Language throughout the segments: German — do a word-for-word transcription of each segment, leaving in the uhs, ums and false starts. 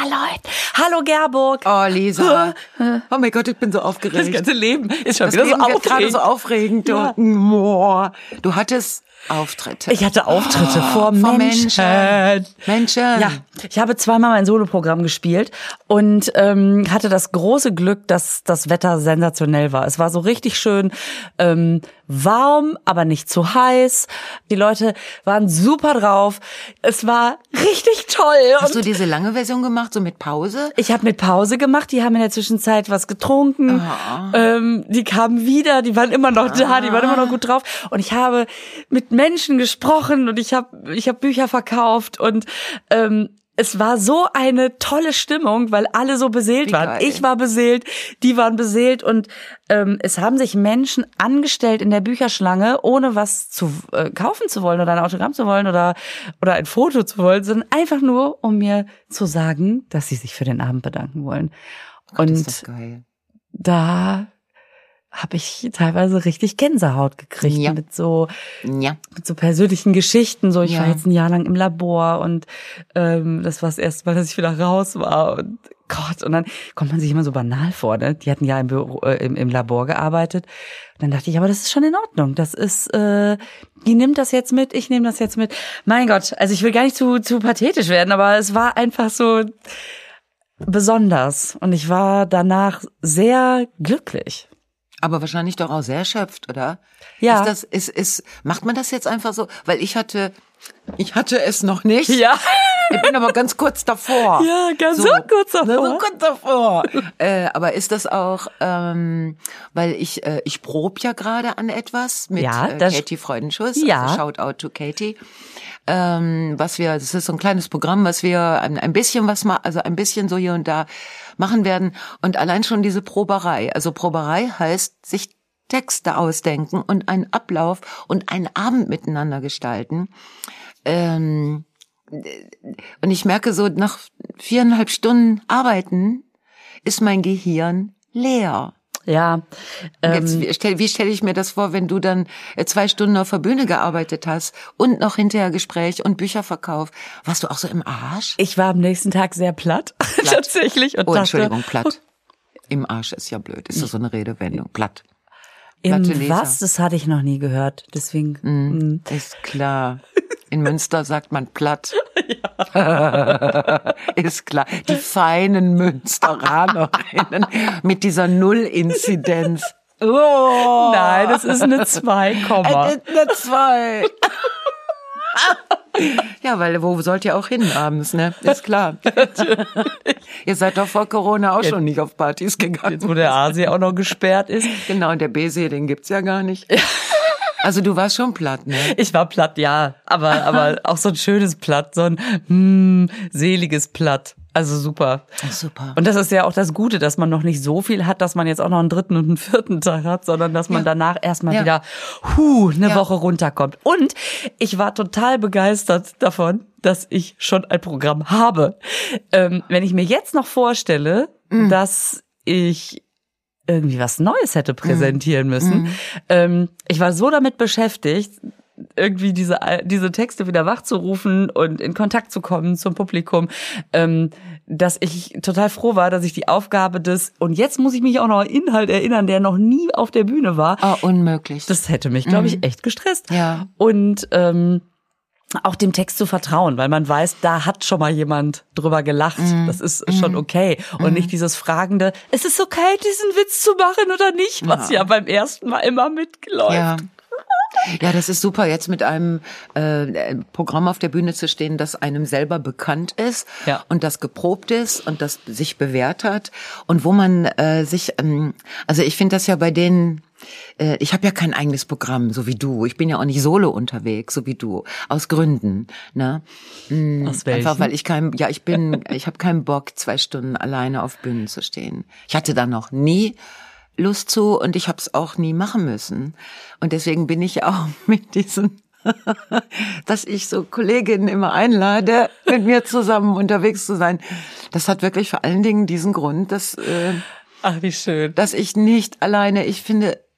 Leute. Hallo Gerburg. Oh, Lisa. Oh mein Gott, ich bin so aufgeregt. Das ganze Leben ist schon das wieder Leben so wird aufregend. gerade so aufregend. Ja. Du, du hattest Auftritte. Ich hatte Auftritte oh, vor, vor Menschen. Menschen. Menschen. Ja, ich habe zweimal mein Soloprogramm gespielt und ähm, hatte das große Glück, dass das Wetter sensationell war. Es war so richtig schön ähm, warm, aber nicht zu heiß. Die Leute waren super drauf. Es war richtig toll. Hast und du diese lange Version gemacht, so mit Pause? Ich habe mit Pause gemacht, die haben in der Zwischenzeit was getrunken, Oh. ähm, die kamen wieder, die waren immer noch da, die waren immer noch gut drauf und ich habe mit Menschen gesprochen und ich habe ich habe Bücher verkauft und ähm, es war so eine tolle Stimmung, weil alle so beseelt Wie waren. geil. Ich war beseelt, die waren beseelt und ähm, es haben sich Menschen angestellt in der Bücherschlange, ohne was zu äh, kaufen zu wollen oder ein Autogramm zu wollen oder oder ein Foto zu wollen, sondern einfach nur, um mir zu sagen, dass sie sich für den Abend bedanken wollen. Gott, und ist das geil. da habe ich teilweise richtig Gänsehaut gekriegt Ja. mit so Ja. mit so persönlichen Geschichten. So, ich Ja. war jetzt ein Jahr lang im Labor und ähm, das war das erste Mal, dass ich wieder raus war. Und Gott, und dann kommt man sich immer so banal vor, ne? Die hatten ja im Büro, äh, im, im Labor gearbeitet. Und dann dachte ich, aber das ist schon in Ordnung. Das ist, äh, die nimmt das jetzt mit, ich nehme das jetzt mit. Mein Gott, also ich will gar nicht zu zu pathetisch werden, aber es war einfach so besonders. Und ich war danach sehr glücklich. Aber wahrscheinlich doch auch sehr erschöpft, oder? Ja. Ist das, ist, ist, macht man das jetzt einfach so? Weil ich hatte, ich hatte es noch nicht. Ja. Ich bin aber ganz kurz davor. Ja, ganz so kurz davor. So kurz davor. äh, aber ist das auch, ähm, weil ich, äh, ich prob ja gerade an etwas mit Ja, äh, das- Katie Freudenschuss. Ja. Also shout out to Katie. Ähm, was wir, das ist so ein kleines Programm, was wir ein, ein bisschen was mal, also ein bisschen so hier und da machen werden. Und allein schon diese Proberei. Also Proberei heißt, sich Texte ausdenken und einen Ablauf und einen Abend miteinander gestalten. Ähm, und ich merke so, nach viereinhalb Stunden Arbeiten ist mein Gehirn leer. Ja. Und Ähm, Jetzt, wie stelle wie stell ich mir das vor, wenn du dann äh, zwei Stunden auf der Bühne gearbeitet hast und noch hinterher Gespräch und Bücherverkauf? Warst du auch so im Arsch? ich war am nächsten Tag sehr platt, tatsächlich. Und Oh, dachte, Entschuldigung, platt. Im Arsch ist ja blöd. Ist das so eine Redewendung? Platt. Im Platte Leser. was? Das hatte ich noch nie gehört. Deswegen. Mm, ist klar. In Münster sagt man platt. Ja. Ist klar. Die feinen Münsteranerinnen mit dieser Null-Inzidenz. Oh. Nein, das ist eine zwei Komma. Eine zwei. Ja, weil wo sollt ihr auch hin abends, ne? Ist klar. Ihr seid doch vor Corona auch schon nicht auf Partys gegangen. Jetzt, wo der A-See auch noch gesperrt ist. Genau, und der B-See, den gibt's ja gar nicht. Also du warst schon platt, ne? Ich war platt, ja. Aber, aber auch so ein schönes Platt, so ein hm, seliges Platt. Also super. Super. Und das ist ja auch das Gute, dass man noch nicht so viel hat, dass man jetzt auch noch einen dritten und einen vierten Tag hat, sondern dass man Ja. danach erstmal Ja. wieder huh, eine Ja. Woche runterkommt. Und ich war total begeistert davon, dass ich schon ein Programm habe. Ähm, wenn ich mir jetzt noch vorstelle, Mm. dass ich irgendwie was Neues hätte präsentieren Mm. müssen. Ähm, ich war so damit beschäftigt, irgendwie diese diese Texte wieder wachzurufen und in Kontakt zu kommen zum Publikum, ähm, dass ich total froh war, dass ich die Aufgabe des und jetzt muss ich mich auch noch an Inhalt erinnern, der noch nie auf der Bühne war. Oh, unmöglich. Das hätte mich, glaube ich, echt gestresst. Ja. Und ähm, auch dem Text zu vertrauen, weil man weiß, da hat schon mal jemand drüber gelacht. Das ist schon okay. Und nicht dieses fragende, es ist okay, diesen Witz zu machen oder nicht, was ja, beim ersten Mal immer mitläuft. Ja. Ja, das ist super, jetzt mit einem äh, Programm auf der Bühne zu stehen, das einem selber bekannt ist Ja. und das geprobt ist und das sich bewährt hat und wo man äh, sich, ähm, also ich finde das ja bei denen, äh, ich habe ja kein eigenes Programm, so wie du. Ich bin ja auch nicht solo unterwegs, so wie du, aus Gründen. Ne? Mhm, Aus welchen? einfach weil ich kein, ja, ich bin, ich habe keinen Bock, zwei Stunden alleine auf Bühnen zu stehen. Ich hatte da noch nie Lust zu und ich habe es auch nie machen müssen. Und deswegen bin ich auch mit diesem, dass ich so Kolleginnen immer einlade, mit mir zusammen unterwegs zu sein. Das hat wirklich vor allen Dingen diesen Grund, dass, äh, Ach, wie schön. dass ich nicht alleine, ich finde,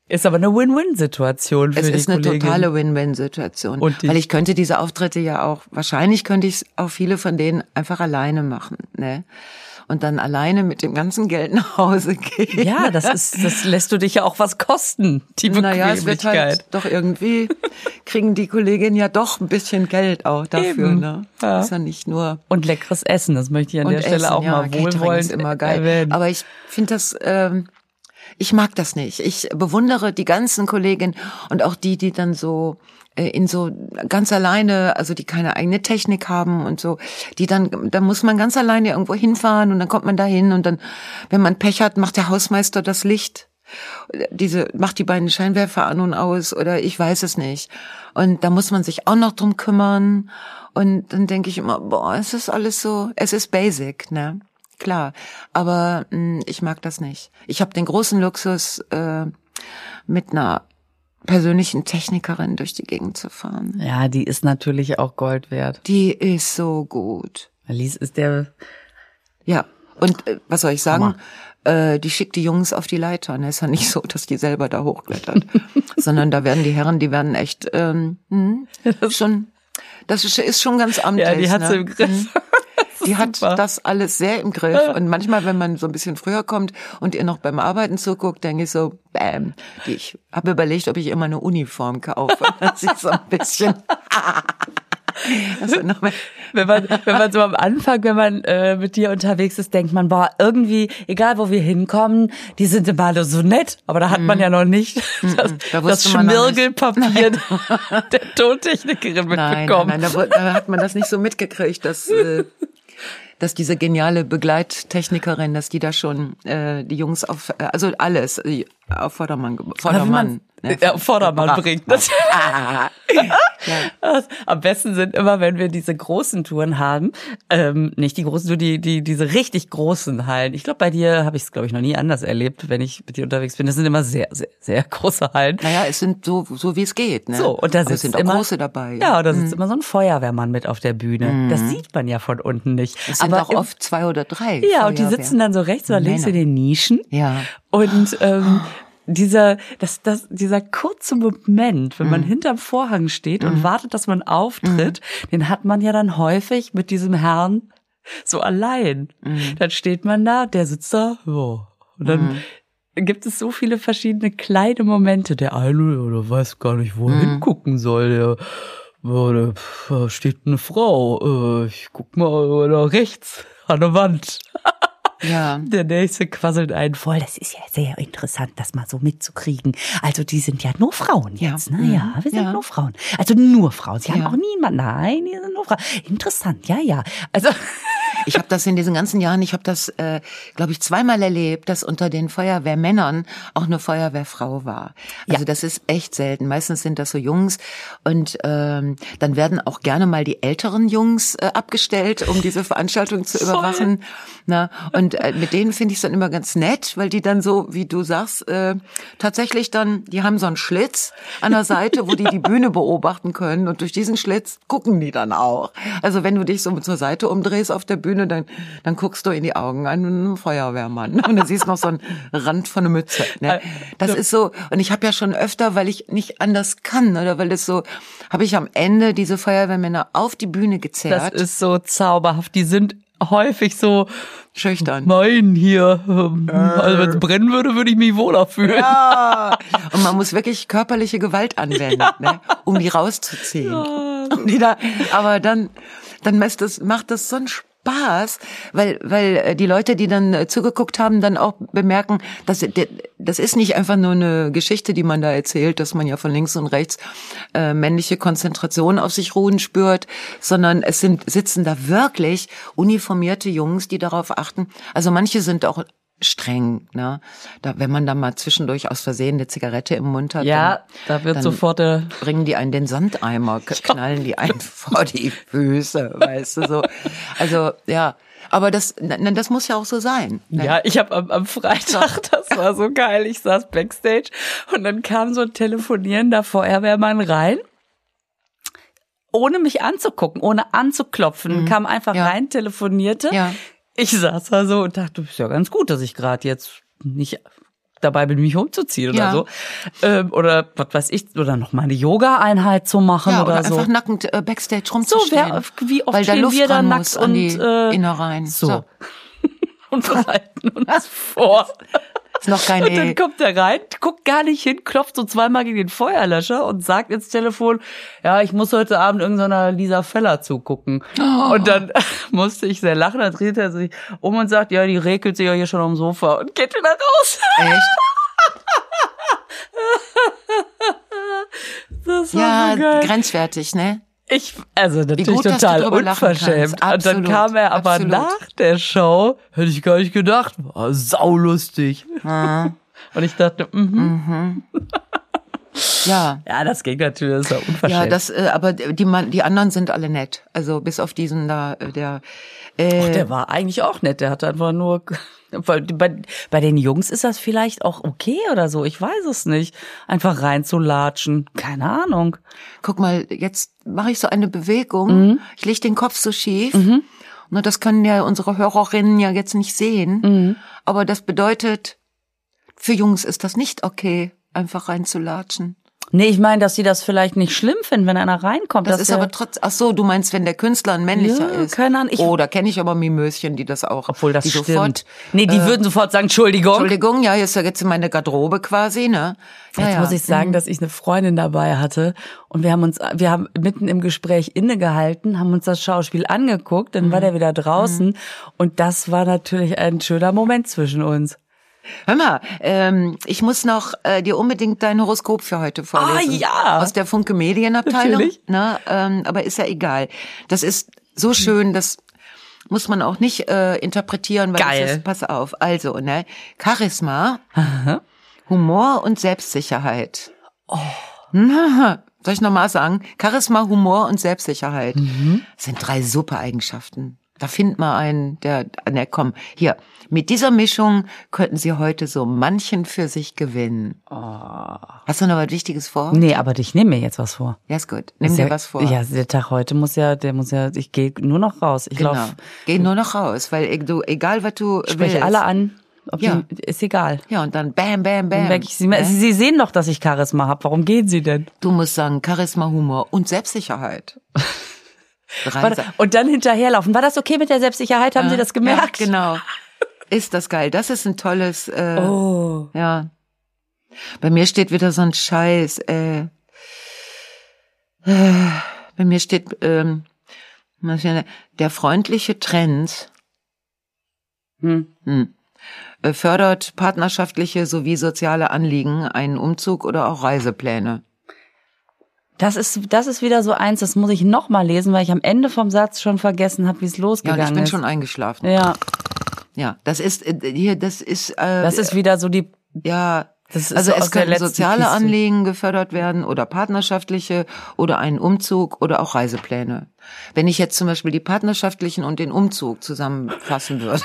Ist aber eine Win-Win-Situation für es die ist eine Kollegin. totale Win-Win-Situation. Und die- Weil ich könnte diese Auftritte ja auch, wahrscheinlich könnte ich auch viele von denen einfach alleine machen, ne? Und dann alleine mit dem ganzen Geld nach Hause gehen. Ja, das ist, das lässt du dich ja auch was kosten, die Bequemlichkeit. Naja, es wird halt doch irgendwie, kriegen die Kolleginnen ja doch ein bisschen Geld auch dafür, Eben. ne? Ja. Ist ja nicht nur. Und leckeres Essen, das möchte ich an Und der Stelle Essen, auch ja, mal Catering wohlwollend ist immer geil. erwähnen. Aber ich finde das, ähm, ich mag das nicht. Ich bewundere die ganzen Kolleginnen und auch die, die dann so äh, in so ganz alleine, also die keine eigene Technik haben und so, die dann, da muss man ganz alleine irgendwo hinfahren und dann kommt man da hin und dann, wenn man Pech hat, macht der Hausmeister das Licht. Diese, macht die beiden Scheinwerfer an und aus oder ich weiß es nicht. Und da muss man sich auch noch drum kümmern. Und dann denke ich immer, boah, es ist alles so, es ist basic, ne? Klar, aber mh, ich mag das nicht. Ich habe den großen Luxus, äh, mit einer persönlichen Technikerin durch die Gegend zu fahren. Ja, die ist natürlich auch Gold wert. Die ist so gut. Alice ist der... Ja, und äh, was soll ich sagen? Äh, die schickt die Jungs auf die Leiter. Ne? Ist ja nicht so, dass die selber da hochklettern, sondern da werden die Herren, die werden echt ähm, mh, schon... Das ist, ist schon ganz amtlich. Ja, die hat sie ne? im Griff. Die hat super. das alles sehr im Griff. Und manchmal, wenn man so ein bisschen früher kommt und ihr noch beim Arbeiten zuguckt, denke ich so, bam. Ich habe überlegt, ob ich immer eine Uniform kaufe. Das ist so ein bisschen... Also noch mal. Wenn man, wenn man so am Anfang, wenn man äh, mit dir unterwegs ist, denkt man, boah, irgendwie, egal wo wir hinkommen, die sind immer alle so nett, aber da hat man ja noch nicht das, Da das wusste man noch nicht. Schmirgelpapier der Tontechnikerin Nein, mitbekommen. nein, nein, da, da hat man das nicht so mitgekriegt, dass, äh, dass diese geniale Begleittechnikerin, dass die da schon äh, die Jungs auf, äh, also alles äh, auf Vordermann, ge- Vordermann, ne, ja, Vordermann gebracht bringt. hat. Das, Ah. das, am besten sind immer, wenn wir diese großen Touren haben, ähm, nicht die großen, nur die, die, diese richtig großen Hallen. Ich glaube, bei dir habe ich es, glaube ich, noch nie anders erlebt, wenn ich mit dir unterwegs bin. Das sind immer sehr, sehr, sehr große Hallen. Naja, es sind so, so wie es geht, ne? So, und da Aber es sitzt sind auch immer, große dabei. Ja, und da sitzt immer so ein Feuerwehrmann mit auf der Bühne. Das sieht man ja von unten nicht. Es sind Aber auch im- oft zwei oder drei. Ja, und die Feuerwehr. sitzen dann so rechts oder links in Männer. den Nischen. Ja. Und ähm, dieser, das, das, dieser kurze Moment, wenn man hinterm Vorhang steht und wartet, dass man auftritt, den hat man ja dann häufig mit diesem Herrn so allein. Dann steht man da, der sitzt da, ja. Und dann gibt es so viele verschiedene kleine Momente. Der eine, oder weiß gar nicht, wo er hingucken soll. Der, ja, da da steht eine Frau. Äh, Ich guck mal da rechts an der Wand. Ja. Der nächste quasselt einen voll. Das ist ja sehr interessant, das mal so mitzukriegen. Also die sind ja nur Frauen jetzt, Ja. ne? Ja, wir sind Ja. nur Frauen. Also nur Frauen. Sie haben Ja. auch niemanden. Nein, die sind nur Frauen. Interessant, ja, ja. Also Ich habe das in diesen ganzen Jahren, ich habe das, äh, glaube ich, zweimal erlebt, dass unter den Feuerwehrmännern auch eine Feuerwehrfrau war. Also Ja. das ist echt selten. Meistens sind das so Jungs und ähm, dann werden auch gerne mal die älteren Jungs äh, abgestellt, um diese Veranstaltung zu überwachen. Na, und äh, mit denen finde ich es dann immer ganz nett, weil die dann so, wie du sagst, äh, tatsächlich dann, die haben so einen Schlitz an der Seite, wo die die Bühne beobachten können und durch diesen Schlitz gucken die dann auch. Also wenn du dich so zur Seite umdrehst auf der Bühne, dann, dann guckst du in die Augen einem Feuerwehrmann und dann siehst du noch so einen Rand von einer Mütze. Ne? Das ist so, und ich habe ja schon öfter, weil ich nicht anders kann oder weil das so, habe ich am Ende diese Feuerwehrmänner auf die Bühne das gezerrt. ist so zauberhaft. Die sind häufig so Schüchtern. Mein hier. Ähm, also wenn es brennen würde, würde ich mich wohler fühlen. Ja. Und man muss wirklich körperliche Gewalt anwenden, ne, um die rauszuziehen. Um die da, aber dann, dann macht das, macht das so einen Spaß, weil, weil die Leute, die dann zugeguckt haben, dann auch bemerken, dass das ist nicht einfach nur eine Geschichte, die man da erzählt, dass man ja von links und rechts äh, männliche Konzentration auf sich ruhen spürt, sondern es sind sitzen da wirklich uniformierte Jungs, die darauf achten. Also manche sind auch streng, ne? Da, wenn man da mal zwischendurch aus Versehen eine Zigarette im Mund hat, Ja, dann, da wird dann sofort der bringen die einen den Sandeimer, knallen die einen vor die Füße, weißt du so. Also ja, aber das, na, das muss ja auch so sein. Ne? Ja, ich habe am, am Freitag, das war so geil, ich saß Backstage und dann kam so ein telefonierender Feuerwehrmann rein, ohne mich anzugucken, ohne anzuklopfen, kam einfach Ja. rein, telefonierte. Ja. Ich saß da so und dachte, ist ja ganz gut, dass ich gerade jetzt nicht dabei bin, mich umzuziehen oder Ja. so. Ähm, oder was weiß ich, oder noch mal eine Yoga-Einheit zu machen Ja, oder, oder so. einfach nackend äh, Backstage So, rumzustehen. wer, wie oft weil da stehen Luft wir da ran nackt muss und an die äh, Innereien. so. So. Und bereiten uns vor. Ist noch keine... Und dann kommt er rein, guckt gar nicht hin, klopft so zweimal gegen den Feuerlöscher und sagt ins Telefon, ja, ich muss heute Abend irgendeiner Lisa Feller zugucken. Oh. Und dann musste ich sehr lachen, dann dreht er sich um und sagt, ja, die regelt sich ja hier schon am Sofa und geht wieder raus. Echt? Das war Ja, so geil. grenzwertig, ne? Ich, also natürlich gut, dass du total drüber lachen unverschämt. kannst. Und dann Absolut, kam er aber absolut. nach der Show, hätte ich gar nicht gedacht, war saulustig. Ah. Und ich dachte, mhm. Ja. Ja, das ging natürlich, das war unverschämt. Ja, das, äh, aber die, Mann, die anderen sind alle nett. Also bis auf diesen da, äh, der. Äh, Ach, der war eigentlich auch nett. Der hat einfach nur, weil bei, bei den Jungs ist das vielleicht auch okay oder so. Ich weiß es nicht. Einfach reinzulatschen. Keine Ahnung. Guck mal, jetzt mache ich so eine Bewegung. Mhm. Ich leg den Kopf so schief. Mhm. Und das können ja unsere Hörerinnen ja jetzt nicht sehen. Mhm. Aber das bedeutet, für Jungs ist das nicht okay, einfach reinzulatschen. Nee, ich meine, dass sie das vielleicht nicht schlimm finden, wenn einer reinkommt. Das dass ist der, aber trotz, ach so, du meinst, wenn der Künstler ein männlicher Ja, ist. keine Ahnung, ich- oh, da kenne ich aber Mimöschen, die das auch. Obwohl das die stimmt. Sofort, nee, die äh, würden sofort sagen, Entschuldigung. Entschuldigung, ja, ist ja jetzt in meine Garderobe quasi, ne? Ja, Jetzt ja. muss ich sagen, dass ich eine Freundin dabei hatte und wir haben uns, wir haben mitten im Gespräch innegehalten, haben uns das Schauspiel angeguckt, dann war der wieder draußen und das war natürlich ein schöner Moment zwischen uns. Hör mal, ähm, ich muss noch äh, dir unbedingt dein Horoskop für heute vorlesen. Ah, ja. Aus der Funke Medienabteilung. Natürlich. Ne, ähm, aber ist ja egal. Das ist so schön, das muss man auch nicht äh, interpretieren, weil Geil. es ist, pass auf, also, ne, Charisma, Humor und Selbstsicherheit. Oh. Soll ich nochmal sagen? Charisma, Humor und Selbstsicherheit. Mhm. Das sind drei super Eigenschaften. Da findet man einen, der, ne, komm, hier. Mit dieser Mischung könnten Sie heute so manchen für sich gewinnen. Oh. Hast du noch was Wichtiges vor? Nee, aber ich nehme mir jetzt was vor. Ja, ist gut. Nimm Ist dir ja, was vor. Ja, der Tag heute muss ja, der muss ja, ich gehe nur noch raus. Ich genau. lauf, Geh nur noch raus, weil du, egal was du spreche willst. alle an. Ob Ja. die, ist egal. Ja, und dann bam, bam, bam. Dann merke ich, Sie, Ne? Sie sehen doch, dass ich Charisma habe. Warum gehen Sie denn? Du musst sagen, Charisma, Humor und Selbstsicherheit. Drei Warte, Sa- und dann hinterherlaufen. War das okay mit der Selbstsicherheit? Haben Sie das gemerkt? Ja, genau. Ist das geil. Das ist ein tolles, äh, Oh. ja. Bei mir steht wieder so ein Scheiß, äh, äh bei mir steht, ähm, der freundliche Trend, Hm. hm, äh, fördert partnerschaftliche sowie soziale Anliegen, einen Umzug oder auch Reisepläne. Das ist, das ist wieder so eins, das muss ich noch mal lesen, weil ich am Ende vom Satz schon vergessen habe, wie es Ja, und losgegangen ich bin ist. schon eingeschlafen. Ja, Ja, das ist, äh, hier, das ist, äh, das ist wieder so die, ja, das ist also so aus es der können letzten soziale Kiste. Anliegen gefördert werden oder partnerschaftliche oder einen Umzug oder auch Reisepläne. Wenn ich jetzt zum Beispiel die partnerschaftlichen und den Umzug zusammenfassen würde,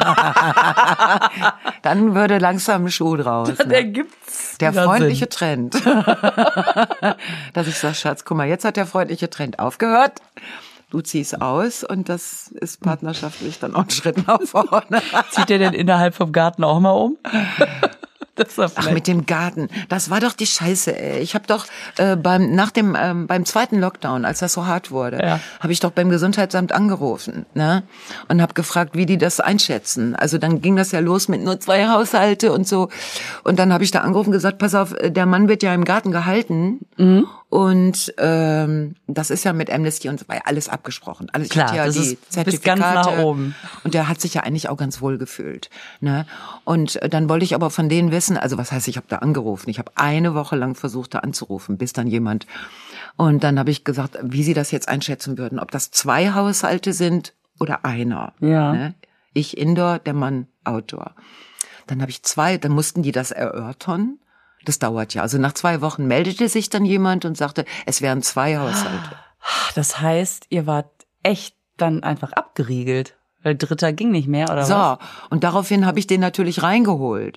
dann würde langsam ein Schuh draus. Dann Ne? ergibt's Der wieder freundliche Sinn. Trend. Dass ich sage, Schatz, guck mal, jetzt hat der freundliche Trend aufgehört. Du ziehst aus und das ist partnerschaftlich dann auch ein Schritt nach vorne. Zieht ihr denn innerhalb vom Garten auch mal um? Das war Ach, vielleicht- mit dem Garten. Das war doch die Scheiße, ey. Ich habe doch äh, beim nach dem ähm, beim zweiten Lockdown, als das so hart wurde, Ja. habe ich doch beim Gesundheitsamt angerufen, ne? Und habe gefragt, wie die das einschätzen. Also dann ging das ja los mit nur zwei Haushalte und so. Und dann habe ich da angerufen und gesagt, pass auf, der Mann wird ja im Garten gehalten. Mhm. Und ähm, das ist ja mit Amnesty und so weiter alles abgesprochen. Alles, ich Klar, hatte ja das die ist bis Zertifikate. ganz nach oben. Und der hat sich ja eigentlich auch ganz wohl gefühlt. Ne? Und äh, dann wollte ich aber von denen wissen, also was heißt, ich habe da angerufen. Ich habe eine Woche lang versucht, da anzurufen, bis dann jemand. Und dann habe ich gesagt, wie sie das jetzt einschätzen würden, ob das zwei Haushalte sind oder einer. Ja. Ne? Ich Indoor, der Mann Outdoor. Dann habe ich zwei, dann mussten die das erörtern. Das dauert ja. Also nach zwei Wochen meldete sich dann jemand und sagte, es wären zwei Haushalte. Das heißt, ihr wart echt dann einfach abgeriegelt. Weil Dritter ging nicht mehr, oder was? So, und daraufhin habe ich den natürlich reingeholt.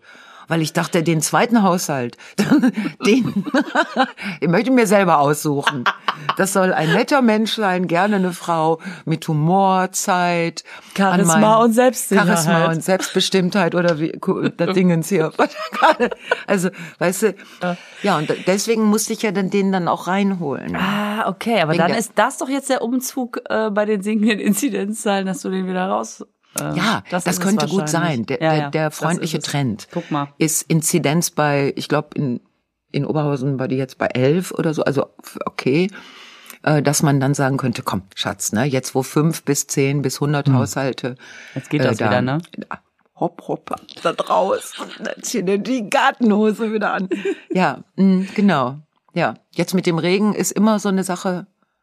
weil ich dachte, den zweiten Haushalt, den, ich möchte mir selber aussuchen. Das soll ein netter Mensch sein, gerne eine Frau mit Humor, Zeit, Charisma an mein, und Selbstsicherheit. Charisma und Selbstbestimmtheit oder wie, das Dingens hier. Also, weißt du, ja, und deswegen musste ich ja dann den dann auch reinholen. Ah, okay, aber Wegen dann der- ist das doch jetzt der Umzug äh, bei den sinkenden Inzidenzzahlen, dass du den wieder raus... Äh, Ja, das, ist es könnte gut wahrscheinlich. sein. Der, Ja, der, ja, der das freundliche ist es. Trend Guck mal. ist Inzidenz bei, ich glaube, in, in Oberhausen war die jetzt bei elf oder so, also okay, äh, dass man dann sagen könnte, komm, Schatz, ne, jetzt wo fünf bis zehn bis hundert Hm. Haushalte. Jetzt geht das da, wieder, ne? Hopp, hopp, da raus. Dann zieht er die Gartenhose wieder an. Ja, mh, genau. Ja, jetzt mit dem Regen ist immer so eine Sache,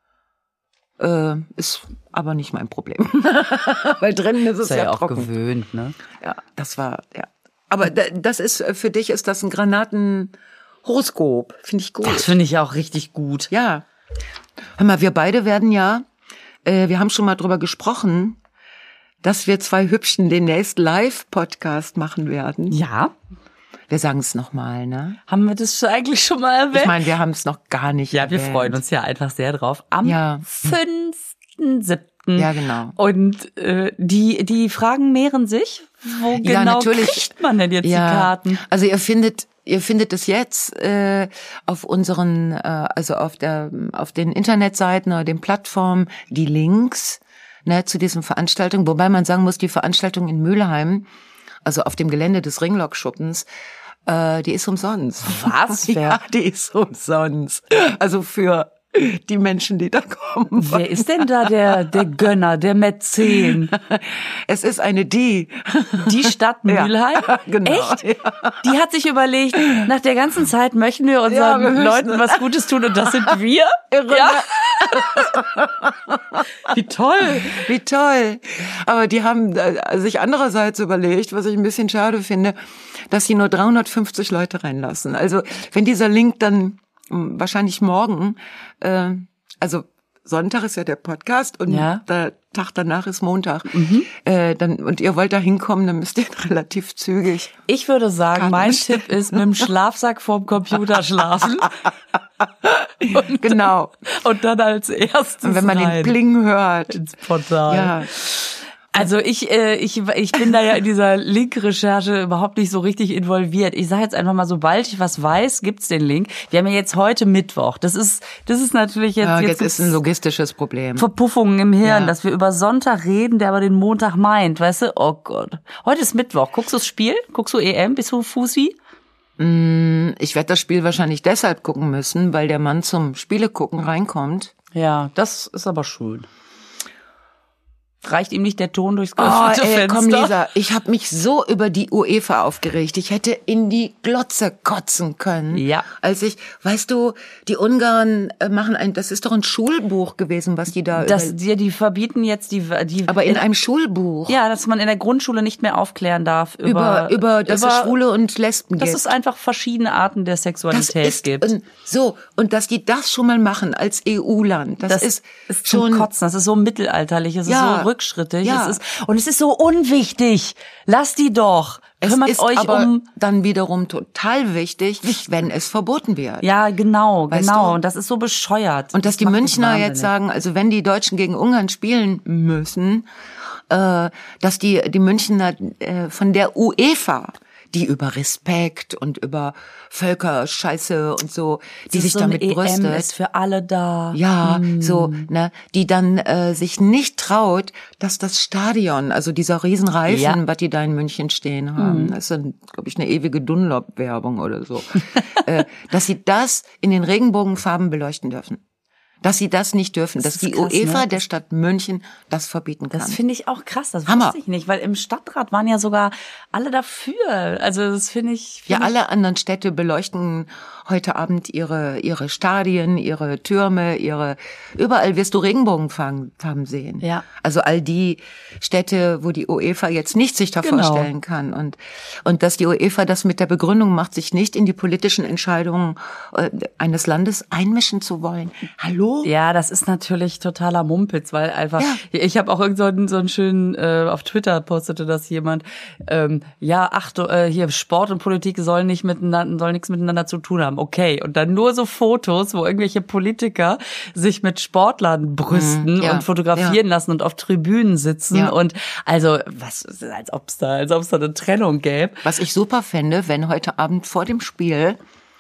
äh, ist aber nicht mein Problem. Weil drinnen ist es Ist ja, ja, ja auch trocken. gewöhnt, ne? Ja, das war, ja. Aber da- das ist, für dich ist das ein Granatenhoroskop. Finde ich gut. Das finde ich auch richtig gut. Ja. Hör mal, wir beide werden ja, äh, wir haben schon mal drüber gesprochen, dass wir zwei Hübschen den nächsten Live-Podcast machen werden. Ja? Wir sagen es nochmal, ne? Haben wir das eigentlich schon mal erwähnt? Ich meine, wir haben es noch gar nicht ja, wir erwähnt. freuen uns ja einfach sehr drauf. Am Ja. fünften siebten Ja, genau. Und äh, die die Fragen mehren sich. Wo Ja, genau natürlich. kriegt man denn jetzt Ja. die Karten? Also ihr findet ihr findet es jetzt äh, auf unseren äh, also auf der auf den Internetseiten oder den Plattformen die Links, ne, zu diesen Veranstaltungen, wobei man sagen muss, die Veranstaltung in Mülheim, also auf dem Gelände des Ringlock-Schuppens, äh, die ist umsonst. Was? Ja, die ist umsonst. Also für die Menschen, die da kommen. Wer ist denn da der der Gönner, der Mäzen? Es ist eine die. Die Stadt Mülheim? Ja, genau. Echt? Die hat sich überlegt, nach der ganzen Zeit möchten wir unseren Ja, wir möchten- Leuten was Gutes tun und das sind wir? Irre, Ja. Wie toll. Wie toll. Aber die haben äh, sich andererseits überlegt, was ich ein bisschen schade finde, dass sie nur dreihundertfünfzig Leute reinlassen. Also wenn dieser Link dann mh, wahrscheinlich morgen, äh, also Sonntag ist ja der Podcast und Ja. der Tag danach ist Montag. Äh, dann, und ihr wollt da hinkommen, dann müsst ihr relativ zügig. Ich würde sagen, Karten mein bestellen. Tipp ist mit dem Schlafsack vorm Computer schlafen. Und, Genau. und dann als erstes Und wenn man rein den Pling hört. ins Portal. Ja. Also ich, äh, ich, ich bin da ja in dieser Link-Recherche überhaupt nicht so richtig involviert. Ich sage jetzt einfach mal, sobald ich was weiß, gibt's den Link. Wir haben ja jetzt heute Mittwoch. Das ist, das ist natürlich jetzt, Ja, jetzt, jetzt ist ein logistisches Problem. Verpuffungen im Hirn, Ja. dass wir über Sonntag reden, der aber den Montag meint, weißt du? Oh Gott. Heute ist Mittwoch. Guckst du das Spiel? Guckst du E M? Bist du Fusi? Ich werde das Spiel wahrscheinlich deshalb gucken müssen, weil der Mann zum Spielegucken reinkommt. Ja, das ist aber schön. Reicht ihm nicht der Ton durchs Oh, geöffnete ey, Fenster? komm, Lisa, ich habe mich so über die UEFA aufgeregt. Ich hätte in die Glotze kotzen können. Ja. Als ich, weißt du, die Ungarn äh, machen ein, das ist doch ein Schulbuch gewesen, was die da Das, über, die, die verbieten jetzt die, die aber in einem Schulbuch ja, dass man in der Grundschule nicht mehr aufklären darf über, über, über, dass es Schwule und Lesben dass gibt. es einfach verschiedene Arten der Das Sexualität ist gibt. ein, so, und dass die das schon mal machen als E U-Land, das, Das ist, ist zum schon Kotzen. Das ist so mittelalterlich. Es Ja. ist so rückschrittig. Ja. Es ist, und es ist so unwichtig. Lass die doch. Es Kümmert ist euch aber um. dann wiederum total wichtig, wenn es verboten wird. Ja, genau, Weißt genau. du? Und das ist so bescheuert. Und dass Das die macht mich Münchner wahnsinnig. jetzt sagen, also wenn die Deutschen gegen Ungarn spielen müssen, äh, dass die die Münchner äh, von der UEFA, die über Respekt und über Völkerscheiße und so, die Das sich ist so damit eine E M brüstet. ist für alle da. Ja, so, ne, die dann äh, sich nicht traut, dass das Stadion, also dieser Riesenreifen, Ja. was die da in München stehen haben, das ist, glaube ich, eine ewige Dunlop-Werbung oder so, äh, dass sie das in den Regenbogenfarben beleuchten dürfen. Dass sie das nicht dürfen, Das dass ist die krass, UEFA ne? der Stadt München das verbieten kann. Das finde ich auch krass. Das Hammer. wusste ich nicht, weil im Stadtrat waren ja sogar alle dafür. Also das finde ich. Ja, Find alle anderen Städte beleuchten heute Abend ihre ihre Stadien, ihre Türme, ihre überall wirst du Regenbogenfarben Farben sehen. Ja. Also all die Städte, wo die UEFA jetzt nicht sich da Genau. vorstellen kann und und dass die UEFA das mit der Begründung macht, sich nicht in die politischen Entscheidungen äh, eines Landes einmischen zu wollen. Hallo? Hallo? Ja, das ist natürlich totaler Mumpitz, weil einfach, Ja. ich habe auch irgend so einen, so einen schönen, äh, auf Twitter postete das jemand, ähm, ja, ach, du, äh, hier, Sport und Politik sollen nicht miteinander, sollen nichts miteinander zu tun haben. Okay. Und dann nur so Fotos, wo irgendwelche Politiker sich mit Sportlern brüsten Mhm, ja, und fotografieren ja. lassen und auf Tribünen sitzen Ja. und also, was, als ob's da, als ob's da eine Trennung gäbe. Was ich super fände, wenn heute Abend vor dem Spiel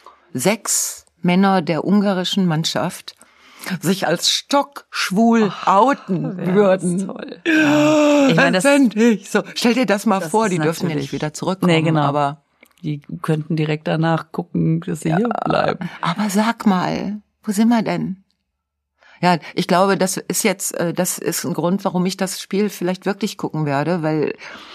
sechs Männer der ungarischen Mannschaft sich als stockschwul outen Ja, würden. das ist toll. Ja. Ich meine, das, ich so, stell dir das mal das vor, ist die dürfen ja natürlich- nicht wieder zurückkommen. Nee, genau. Aber, die könnten direkt danach gucken, dass sie hier bleiben. aber sag mal, wo sind wir denn? Ja, ich glaube, das ist jetzt, äh, das ist ein Grund, warum ich das Spiel vielleicht wirklich gucken werde, weil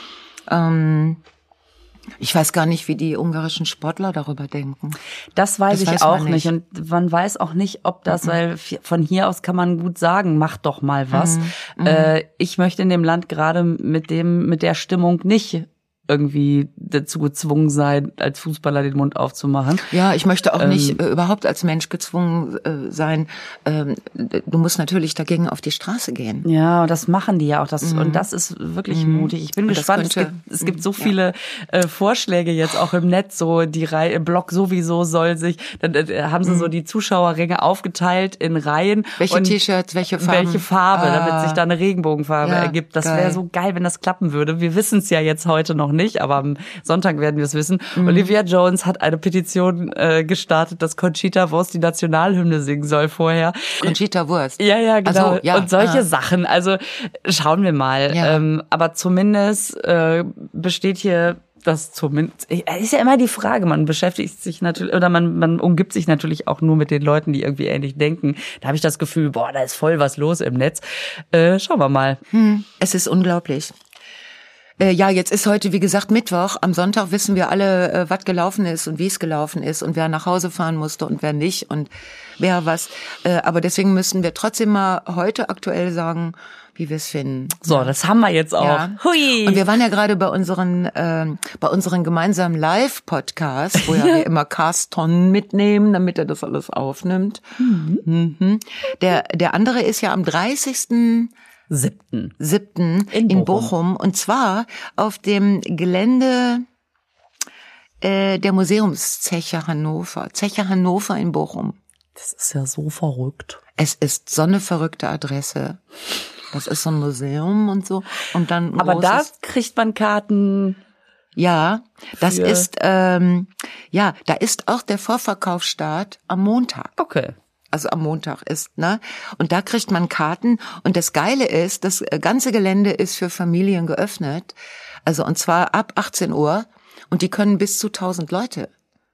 ähm, ich weiß gar nicht, wie die ungarischen Sportler darüber denken. Das weiß Das ich weiß man auch nicht. nicht. Und man weiß auch nicht, ob das, weil von hier aus kann man gut sagen, mach doch mal was. Mhm. Äh, ich möchte in dem Land gerade mit dem, mit der Stimmung nicht irgendwie dazu gezwungen sein, als Fußballer den Mund aufzumachen. Ja, ich möchte auch Ähm, nicht äh, überhaupt als Mensch gezwungen äh, sein. Ähm, du musst natürlich dagegen auf die Straße gehen. Ja, und das machen die ja auch. Das, und das ist wirklich mutig. Ich bin Und das gespannt. Es könnte- gibt, es gibt so ja. viele äh, Vorschläge jetzt auch im Netz. So die Reihe, Block sowieso soll sich, dann äh, haben sie so die Zuschauerränge aufgeteilt in Reihen. Welche und T-Shirts, welche Farben? Welche Farbe, Ah. damit sich da eine Regenbogenfarbe Ja, ergibt. Das geil. wäre so geil, wenn das klappen würde. Wir wissen es ja jetzt heute noch nicht, aber am Sonntag werden wir es wissen. Mhm. Olivia Jones hat eine Petition äh, gestartet, dass Conchita Wurst die Nationalhymne singen soll vorher. Conchita Wurst. Ja, ja, genau. Ach so, ja, und solche ah. Sachen. Also schauen wir mal. Ja. Ähm, aber zumindest äh, besteht hier das zumindest. Ist ja immer die Frage. Man beschäftigt sich natürlich oder man man umgibt sich natürlich auch nur mit den Leuten, die irgendwie ähnlich denken. Da habe ich das Gefühl, boah, da ist voll was los im Netz. Äh, schauen wir mal. Hm, es ist unglaublich. Äh, ja, jetzt ist heute, wie gesagt, Mittwoch. Am Sonntag wissen wir alle, äh, was gelaufen ist und wie es gelaufen ist und wer nach Hause fahren musste und wer nicht und wer was. Äh, aber deswegen müssen wir trotzdem mal heute aktuell sagen, wie wir es finden. So, das haben wir jetzt auch. Ja. Hui. Und wir waren ja gerade bei unseren ähm, bei unseren gemeinsamen Live-Podcasts, wo ja wir immer Carston mitnehmen, damit er das alles aufnimmt. Mhm. Mhm. Der der andere ist ja am dreißigsten Siebten. siebten In in Bochum. Bochum und zwar auf dem Gelände äh, der Museumszeche Hannover, Zeche Hannover in Bochum. Das ist ja so verrückt. Es ist so eine verrückte Adresse. Das ist so ein Museum und so und dann ein Aber da großes, kriegt man Karten. ja, das für- ist ähm, ja, da ist auch der Vorverkaufsstart am Montag. Okay. Also am Montag ist, ne? Und da kriegt man Karten. Und das Geile ist, das ganze Gelände ist für Familien geöffnet. Also und zwar ab achtzehn Uhr. Und die können bis zu tausend Leute.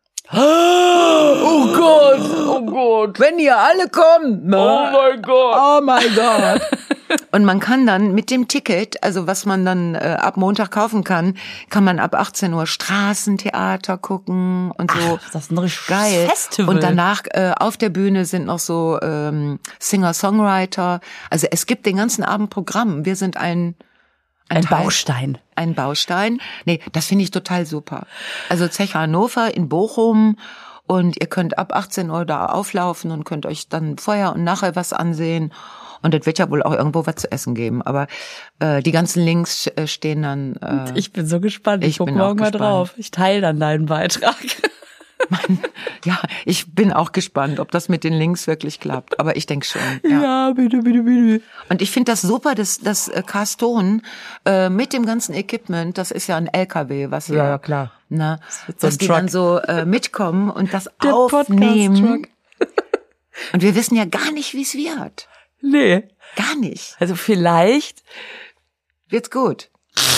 Oh Gott, oh Gott. Wenn ihr alle kommt, ne? Oh mein Gott. Oh mein Gott. Und man kann dann mit dem Ticket, also was man dann äh, ab Montag kaufen kann, kann man ab achtzehn Uhr Straßentheater gucken und so. Ach, das ist ein richtig Geil. Festival. Und danach äh, auf der Bühne sind noch so ähm, Singer-Songwriter. Also es gibt den ganzen Abend Programm. Wir sind ein Ein Teil- Baustein. Ein Baustein. Nee, das finde ich total super. Also Zeche Hannover in Bochum und ihr könnt ab achtzehn Uhr da auflaufen und könnt euch dann vorher und nachher was ansehen. Und es wird ja wohl auch irgendwo was zu essen geben. Aber äh, die ganzen Links äh, stehen dann. Äh, Ich bin so gespannt. Ich, Ich guck bin morgen auch mal gespannt. drauf. Ich teile dann deinen Beitrag. ja, ich bin auch gespannt, ob das mit den Links wirklich klappt. Aber ich denke schon. Ja. Ja, bitte, bitte, bitte. Und ich finde das super, dass das äh, Carston äh, mit dem ganzen Equipment, das ist ja ein L K W, was wir, Ja, ja, klar. Na, wird so dass ein die Truck. dann so äh, mitkommen und das Der aufnehmen. Podcast-Truck. Und wir wissen ja gar nicht, wie es wird. Nee. Gar nicht. Also vielleicht. Wird's gut.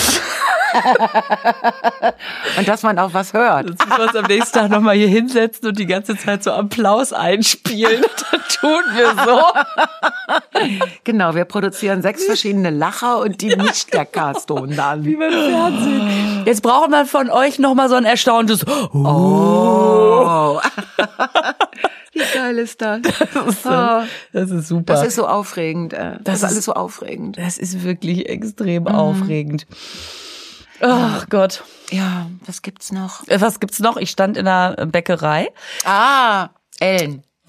Und dass man auch was hört. Jetzt müssen wir uns am nächsten Tag nochmal hier hinsetzen und die ganze Zeit so Applaus einspielen. Dann tun wir so. Genau, wir produzieren sechs verschiedene Lacher und die mischt der Carston dann. Wie beim Fernsehen. Jetzt brauchen wir von euch nochmal so ein erstauntes Oh. Wie geil ist das? Das ist, so, Oh. das ist super. Das ist so aufregend. äh. Das, Das ist ist- alles so aufregend. Das ist wirklich extrem aufregend. Ach Gott. Ja, was gibt's noch? Äh, Was gibt's noch? Ich stand in einer Bäckerei. Ah, Ellen.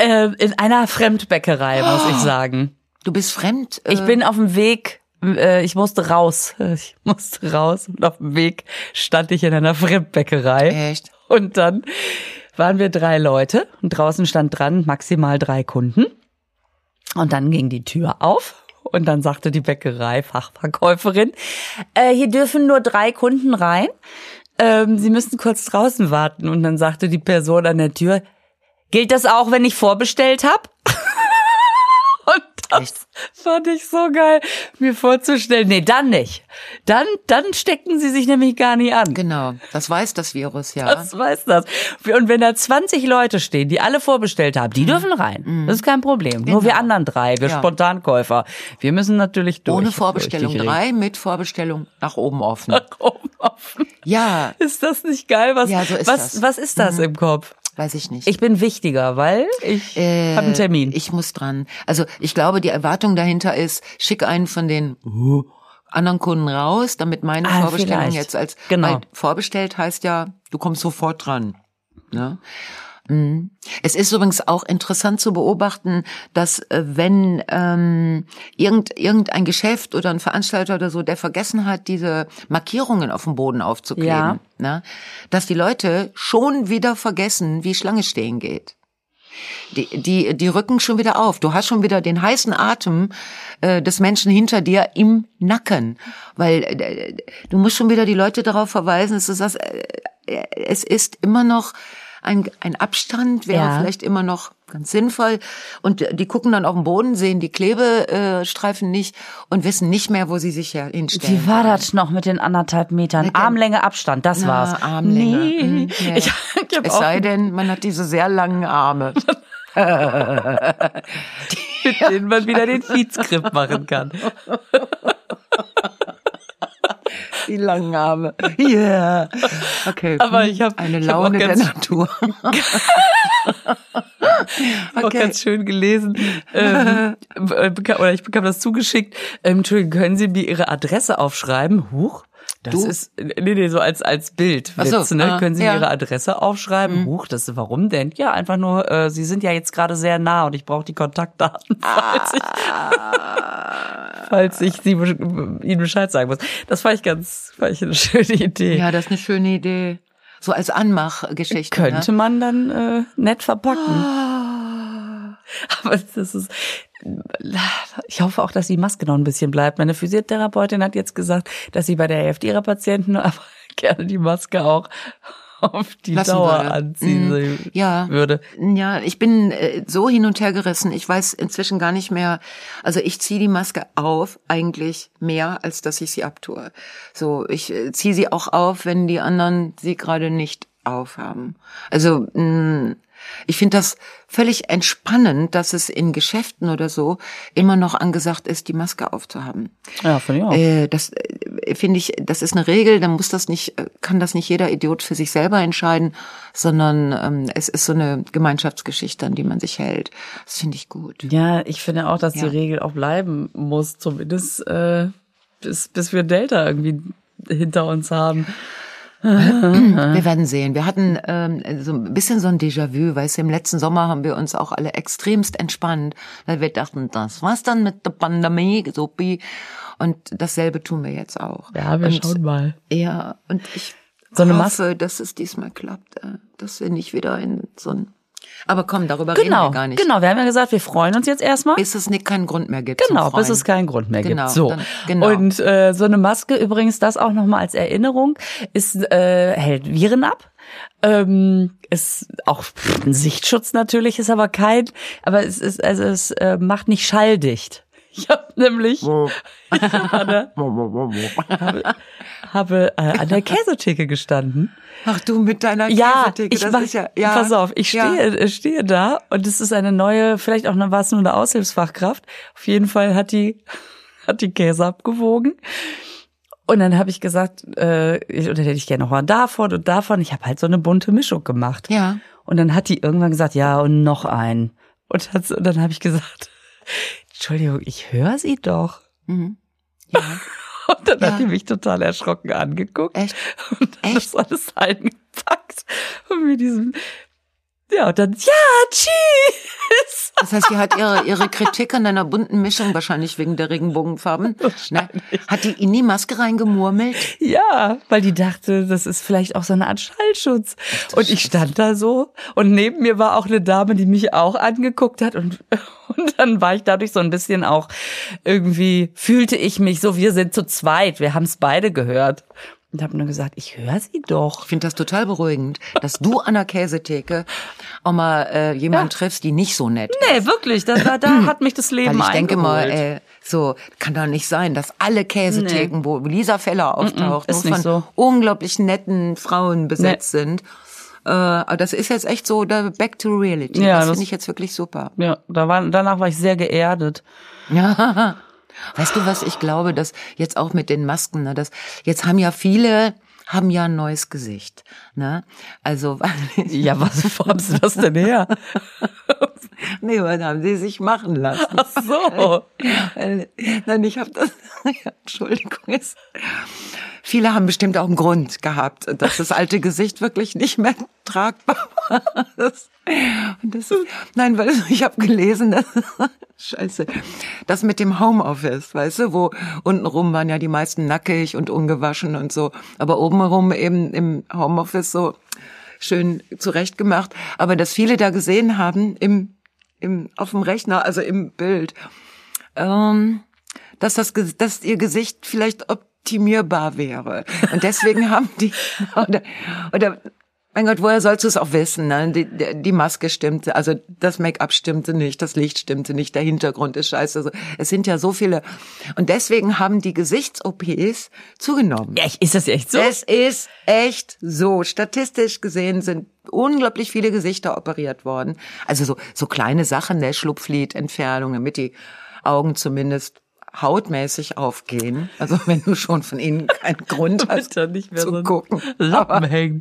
Äh, in einer Fremdbäckerei, muss ich sagen. Du bist fremd? Äh Ich bin auf dem Weg, äh, ich musste raus. Ich musste raus und auf dem Weg stand ich in einer Fremdbäckerei. Echt? Und dann waren wir drei Leute und draußen stand dran maximal drei Kunden. Und dann ging die Tür auf und dann sagte die Bäckerei-Fachverkäuferin, äh, hier dürfen nur drei Kunden rein. Ähm, Sie müssen kurz draußen warten. Und dann sagte die Person an der Tür, gilt das auch, wenn ich vorbestellt habe? Und das Echt? Fand ich so geil, mir vorzustellen. Nee, dann nicht. Dann, dann stecken sie sich nämlich gar nicht an. Genau, das weiß das Virus, ja. Das weiß das. Und wenn da zwanzig Leute stehen, die alle vorbestellt haben, die mhm. dürfen rein. Mhm. Das ist kein Problem. Genau. Nur wir anderen drei, wir ja. Spontankäufer, wir müssen natürlich durch. Ohne Vorbestellung drei, mit Vorbestellung nach oben offen. Nach oben offen. Ja. Ist das nicht geil? Was, ja, so ist was, das. was ist das mhm. im Kopf? Weiß ich nicht. Ich bin wichtiger, weil ich äh, habe einen Termin. Ich muss dran. Also ich glaube, die Erwartung dahinter ist, schick einen von den uh, anderen Kunden raus, damit meine ah, Vorbestellung vielleicht. jetzt als genau. weil vorbestellt heißt ja, du kommst sofort dran. Ne? Es ist übrigens auch interessant zu beobachten, dass äh, wenn ähm, irgend, irgendein Geschäft oder ein Veranstalter oder so, der vergessen hat, diese Markierungen auf dem Boden aufzukleben, ja. ne, dass die Leute schon wieder vergessen, wie Schlange stehen geht. Die, die, die rücken schon wieder auf. Du hast schon wieder den heißen Atem äh, des Menschen hinter dir im Nacken, weil äh, du musst schon wieder die Leute darauf verweisen, dass du sagst, äh, es ist immer noch Ein, ein Abstand wäre ja. vielleicht immer noch ganz sinnvoll. Und die gucken dann auf den Boden, sehen die Klebestreifen nicht und wissen nicht mehr, wo sie sich hinstellen. Wie war das noch mit den anderthalb Metern? Mit Armlänge Abstand, das Na, war's. Armlänge. Nee. Mhm, nee. Ich, ich es sei denn, man hat diese sehr langen Arme. Mit denen man wieder den Feedskript machen kann. Die langen Arme. Yeah. Okay. Aber ich habe eine Laune hab der Natur. Okay. Auch ganz schön gelesen. Ähm, oder ich bekam das zugeschickt. Ähm, Entschuldigung, können Sie mir Ihre Adresse aufschreiben? Huch. Das du? ist, nee, nee, so als, als Bild. Ach so, Witz, ne? ah, Können Sie ja. Ihre Adresse aufschreiben? Mhm. Huch, das ist, warum denn? Ja, einfach nur, äh, Sie sind ja jetzt gerade sehr nah und ich brauche die Kontaktdaten, falls ich, ah. falls ich Sie, Ihnen Bescheid sagen muss. Das fand ich ganz, fand ich eine schöne Idee. Ja, das ist eine schöne Idee. So als Anmachgeschichte. Könnte ne? man dann äh, nett verpacken. Ah. Aber das ist, ich hoffe auch, dass die Maske noch ein bisschen bleibt. Meine Physiotherapeutin hat jetzt gesagt, dass sie bei der Hälfte ihrer Patienten aber gerne die Maske auch auf die Lassen Dauer würde. anziehen mm, ja. würde. Ja, ich bin äh, so hin und her gerissen. Ich weiß inzwischen gar nicht mehr. Also ich ziehe die Maske auf eigentlich mehr, als dass ich sie abtue. So, ich äh, ziehe sie auch auf, wenn die anderen sie gerade nicht aufhaben. Also mh, ich finde das völlig entspannend, dass es in Geschäften oder so immer noch angesagt ist, die Maske aufzuhaben. Ja, finde ich auch. Äh, das äh, finde ich, das ist eine Regel, dann muss das nicht, kann das nicht jeder Idiot für sich selber entscheiden, sondern ähm, es ist so eine Gemeinschaftsgeschichte, an die man sich hält. Das finde ich gut. Ja, ich finde auch, dass Ja. die Regel auch bleiben muss, zumindest äh, bis, bis wir Delta irgendwie hinter uns haben. Wir werden sehen. Wir hatten ähm, so ein bisschen so ein Déjà-vu, weißt du, im letzten Sommer haben wir uns auch alle extremst entspannt, weil wir dachten, das war's dann mit der Pandemie, sopi. Und dasselbe tun wir jetzt auch. Ja, wir und, schauen mal. Ja, und ich so eine hoffe, Mas- dass es diesmal klappt, äh, dass wir nicht wieder in so ein... Aber komm, darüber Genau, reden wir gar nicht. genau. Wir haben ja gesagt, wir freuen uns jetzt erstmal. Bis es nicht keinen Grund mehr gibt Genau, zum Freuen. bis es keinen Grund mehr Genau, gibt. So. dann- genau. Und äh, so eine Maske, übrigens das auch nochmal als Erinnerung, ist äh, hält Viren ab. Ähm, ist auch ein Sichtschutz natürlich, ist aber kein, aber es ist, also es äh, macht nicht schalldicht. Ich habe nämlich ich hab an der, habe, habe äh, an der Käsetheke gestanden. Ach du mit deiner Ja, Käsetheke, ich das mach, ist ja, ja. pass auf, ich Ja. stehe, stehe da und es ist eine neue, vielleicht auch noch war es nur eine Aushilfsfachkraft. Auf jeden Fall hat die, hat die Käse abgewogen. Und dann habe ich gesagt, äh, ich, oder hätte ich gerne noch mal davon und davon. Ich habe halt so eine bunte Mischung gemacht. Ja. Und dann hat die irgendwann gesagt, ja, und noch einen. Und, hat, und dann habe ich gesagt, Entschuldigung, ich höre sie doch. Mhm. Ja. Und dann Ja. hat die mich total erschrocken angeguckt. Echt? Und dann Echt? das alles eingepackt und mir diesen Ja, und dann, ja, tschüss. Das heißt, sie hat ihre, ihre Kritik an deiner bunten Mischung, wahrscheinlich wegen der Regenbogenfarben, ne? Hat die in die Maske reingemurmelt? Ja, weil die dachte, das ist vielleicht auch so eine Art Schallschutz. Und ich stand da so und neben mir war auch eine Dame, die mich auch angeguckt hat und, und dann war ich dadurch so ein bisschen auch irgendwie, fühlte ich mich so, wir sind zu zweit, wir haben es beide gehört. Und habe nur gesagt, ich höre sie doch. Ich finde das total beruhigend, dass du an der Käsetheke auch mal äh, jemanden ja. triffst, die nicht so nett nee, ist. Nee, wirklich, da, da, da hat mich das Leben Weil ich denke mal, eingeholt. äh, so kann doch nicht sein, dass alle Käsetheken, nee. wo Lisa Feller auftaucht, ist nur von so. unglaublich netten Frauen besetzt nee. sind. Äh, aber das ist jetzt echt so der Back to Reality. Ja, das, das finde ich jetzt wirklich super. Ja, da war, danach war ich sehr geerdet. Ja. Weißt du, was ich glaube, dass jetzt auch mit den Masken, ne, dass jetzt haben ja viele haben ja ein neues Gesicht, ne? Also ja, was wo haben sie das denn her? Nee, was haben sie sich machen lassen? Ach so. Nein, ich habe das. Ja, Entschuldigung, ist. Viele haben bestimmt auch einen Grund gehabt, dass das alte Gesicht wirklich nicht mehr tragbar war. Das, und das ist, nein, weil ich habe gelesen, dass, Scheiße, das mit dem Homeoffice, weißt du, wo untenrum waren ja die meisten nackig und ungewaschen und so, aber obenrum eben im Homeoffice so schön zurechtgemacht. Aber dass viele da gesehen haben im im auf dem Rechner, also im Bild, ähm, dass das dass ihr Gesicht vielleicht optimierbar wäre. Und deswegen haben die, oder, oder, mein Gott, woher sollst du es auch wissen, ne? Die, die Maske stimmte, also das Make-up stimmte nicht, das Licht stimmte nicht, der Hintergrund ist scheiße. Also es sind ja so viele. Und deswegen haben die Gesichts-O Ps zugenommen. Ja, ist das echt so? Es ist echt so. Statistisch gesehen sind unglaublich viele Gesichter operiert worden. Also so, so kleine Sachen, der Schlupflidentfernung, damit die Augen zumindest hautmäßig aufgehen. Also wenn du schon von ihnen keinen Grund hast, nicht mehr zu so gucken. Lappen hängen.